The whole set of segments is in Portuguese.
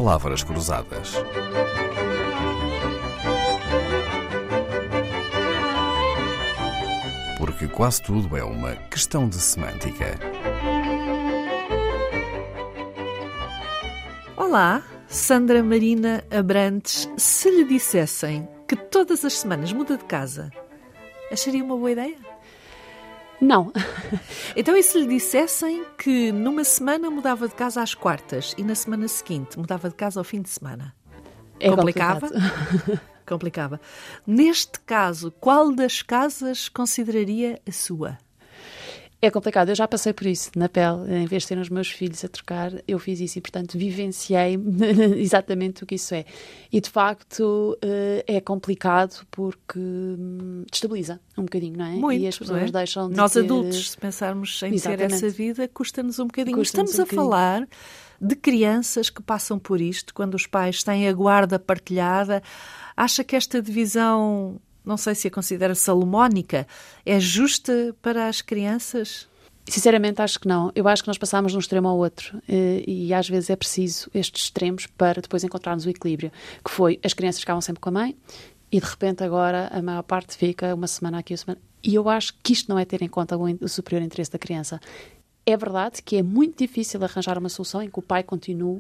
Palavras cruzadas. Porque quase tudo é uma questão de semântica. Olá, Sandra Marina Abrantes. Se lhe dissessem que todas as semanas muda de casa, acharia uma boa ideia? Não. Então, e se lhe dissessem que numa semana mudava de casa às quartas e na semana seguinte mudava de casa ao fim de semana? É Complicava? Complicava. Neste caso, qual das casas consideraria a sua? É complicado, eu já passei por isso na pele, em vez de ter os meus filhos a trocar, eu fiz isso e, portanto, vivenciei exatamente o que isso é. E, de facto, é complicado porque destabiliza um bocadinho, não é? Muito, e as pessoas deixam de Nós ter... adultos, se pensarmos em ter essa vida, custa-nos um bocadinho. Custa-nos Estamos a falar de crianças que passam por isto, quando os pais têm a guarda partilhada. Acha que esta divisão... não sei se a considera salomónica, é justa para as crianças? Sinceramente, acho que não. Eu acho que nós passamos de um extremo ao outro e às vezes é preciso estes extremos para depois encontrarmos o equilíbrio, que foi, as crianças ficavam sempre com a mãe e de repente agora a maior parte fica uma semana aqui, uma semana... E eu acho que isto não é ter em conta o superior interesse da criança. É verdade que é muito difícil arranjar uma solução em que o pai continue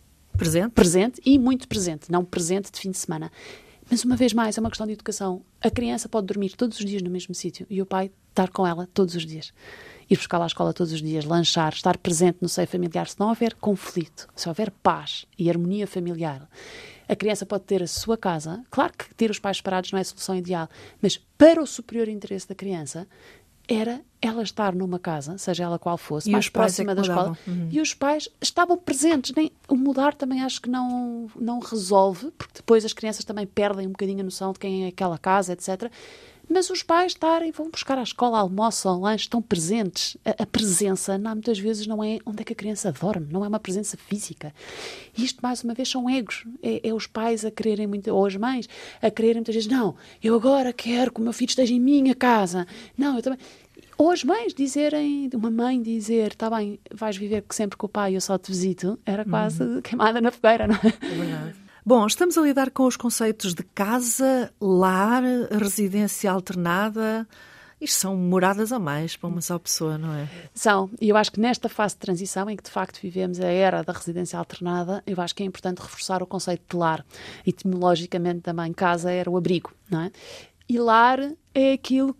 presente e muito presente, não presente de fim de semana. Mas, uma vez mais, é uma questão de educação. A criança pode dormir todos os dias no mesmo sítio e o pai estar com ela todos os dias. Ir buscá-la à escola todos os dias, lanchar, estar presente no seio familiar. Se não houver conflito, se houver paz e harmonia familiar, a criança pode ter a sua casa. Claro que ter os pais separados não é a solução ideal, mas para o superior interesse da criança, era ela estar numa casa, seja ela qual fosse, mais próxima da escola, e os pais estavam presentes. O mudar também acho que não resolve, porque depois as crianças também perdem um bocadinho a noção de quem é aquela casa, etc. Mas os pais vão buscar à escola, almoçam, lanche, estão presentes. A presença, muitas vezes, não é onde é que a criança dorme, não é uma presença física. E isto, mais uma vez, são egos. É os pais a quererem muito, ou as mães, a quererem muitas vezes, não, eu agora quero que o meu filho esteja em minha casa. Não, eu também... Ou as mães dizerem, uma mãe dizer, está bem, vais viver sempre com o pai, eu só te visito, era quase queimada na fogueira, não é? É verdade. Bom, estamos a lidar com os conceitos de casa, lar, residência alternada. Isto são moradas a mais para uma só pessoa, não é? São. E eu acho que nesta fase de transição, em que de facto vivemos a era da residência alternada, eu acho que é importante reforçar o conceito de lar. Etimologicamente também, casa era o abrigo, não é? E lar é aquilo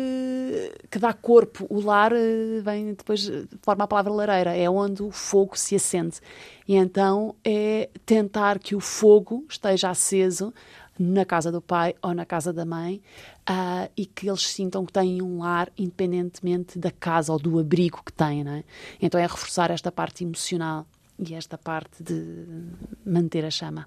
que dá corpo. O lar vem depois, forma a palavra lareira, é onde o fogo se acende. E então é tentar que o fogo esteja aceso na casa do pai ou na casa da mãe e que eles sintam que têm um lar independentemente da casa ou do abrigo que têm, não é? Então é reforçar esta parte emocional e esta parte de manter a chama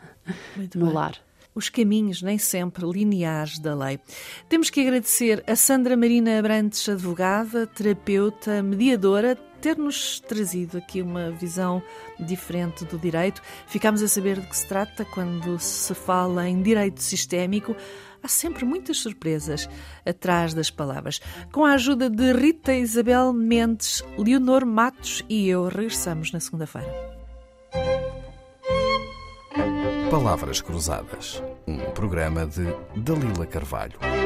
no lar. Os caminhos nem sempre lineares da lei. Temos que agradecer a Sandra Marina Abrantes, advogada, terapeuta, mediadora, ter-nos trazido aqui uma visão diferente do direito. Ficámos a saber de que se trata quando se fala em direito sistémico. Há sempre muitas surpresas atrás das palavras. Com a ajuda de Rita Isabel Mendes, Leonor Matos e eu, regressamos na segunda-feira. Palavras Cruzadas, um programa de Dalila Carvalho.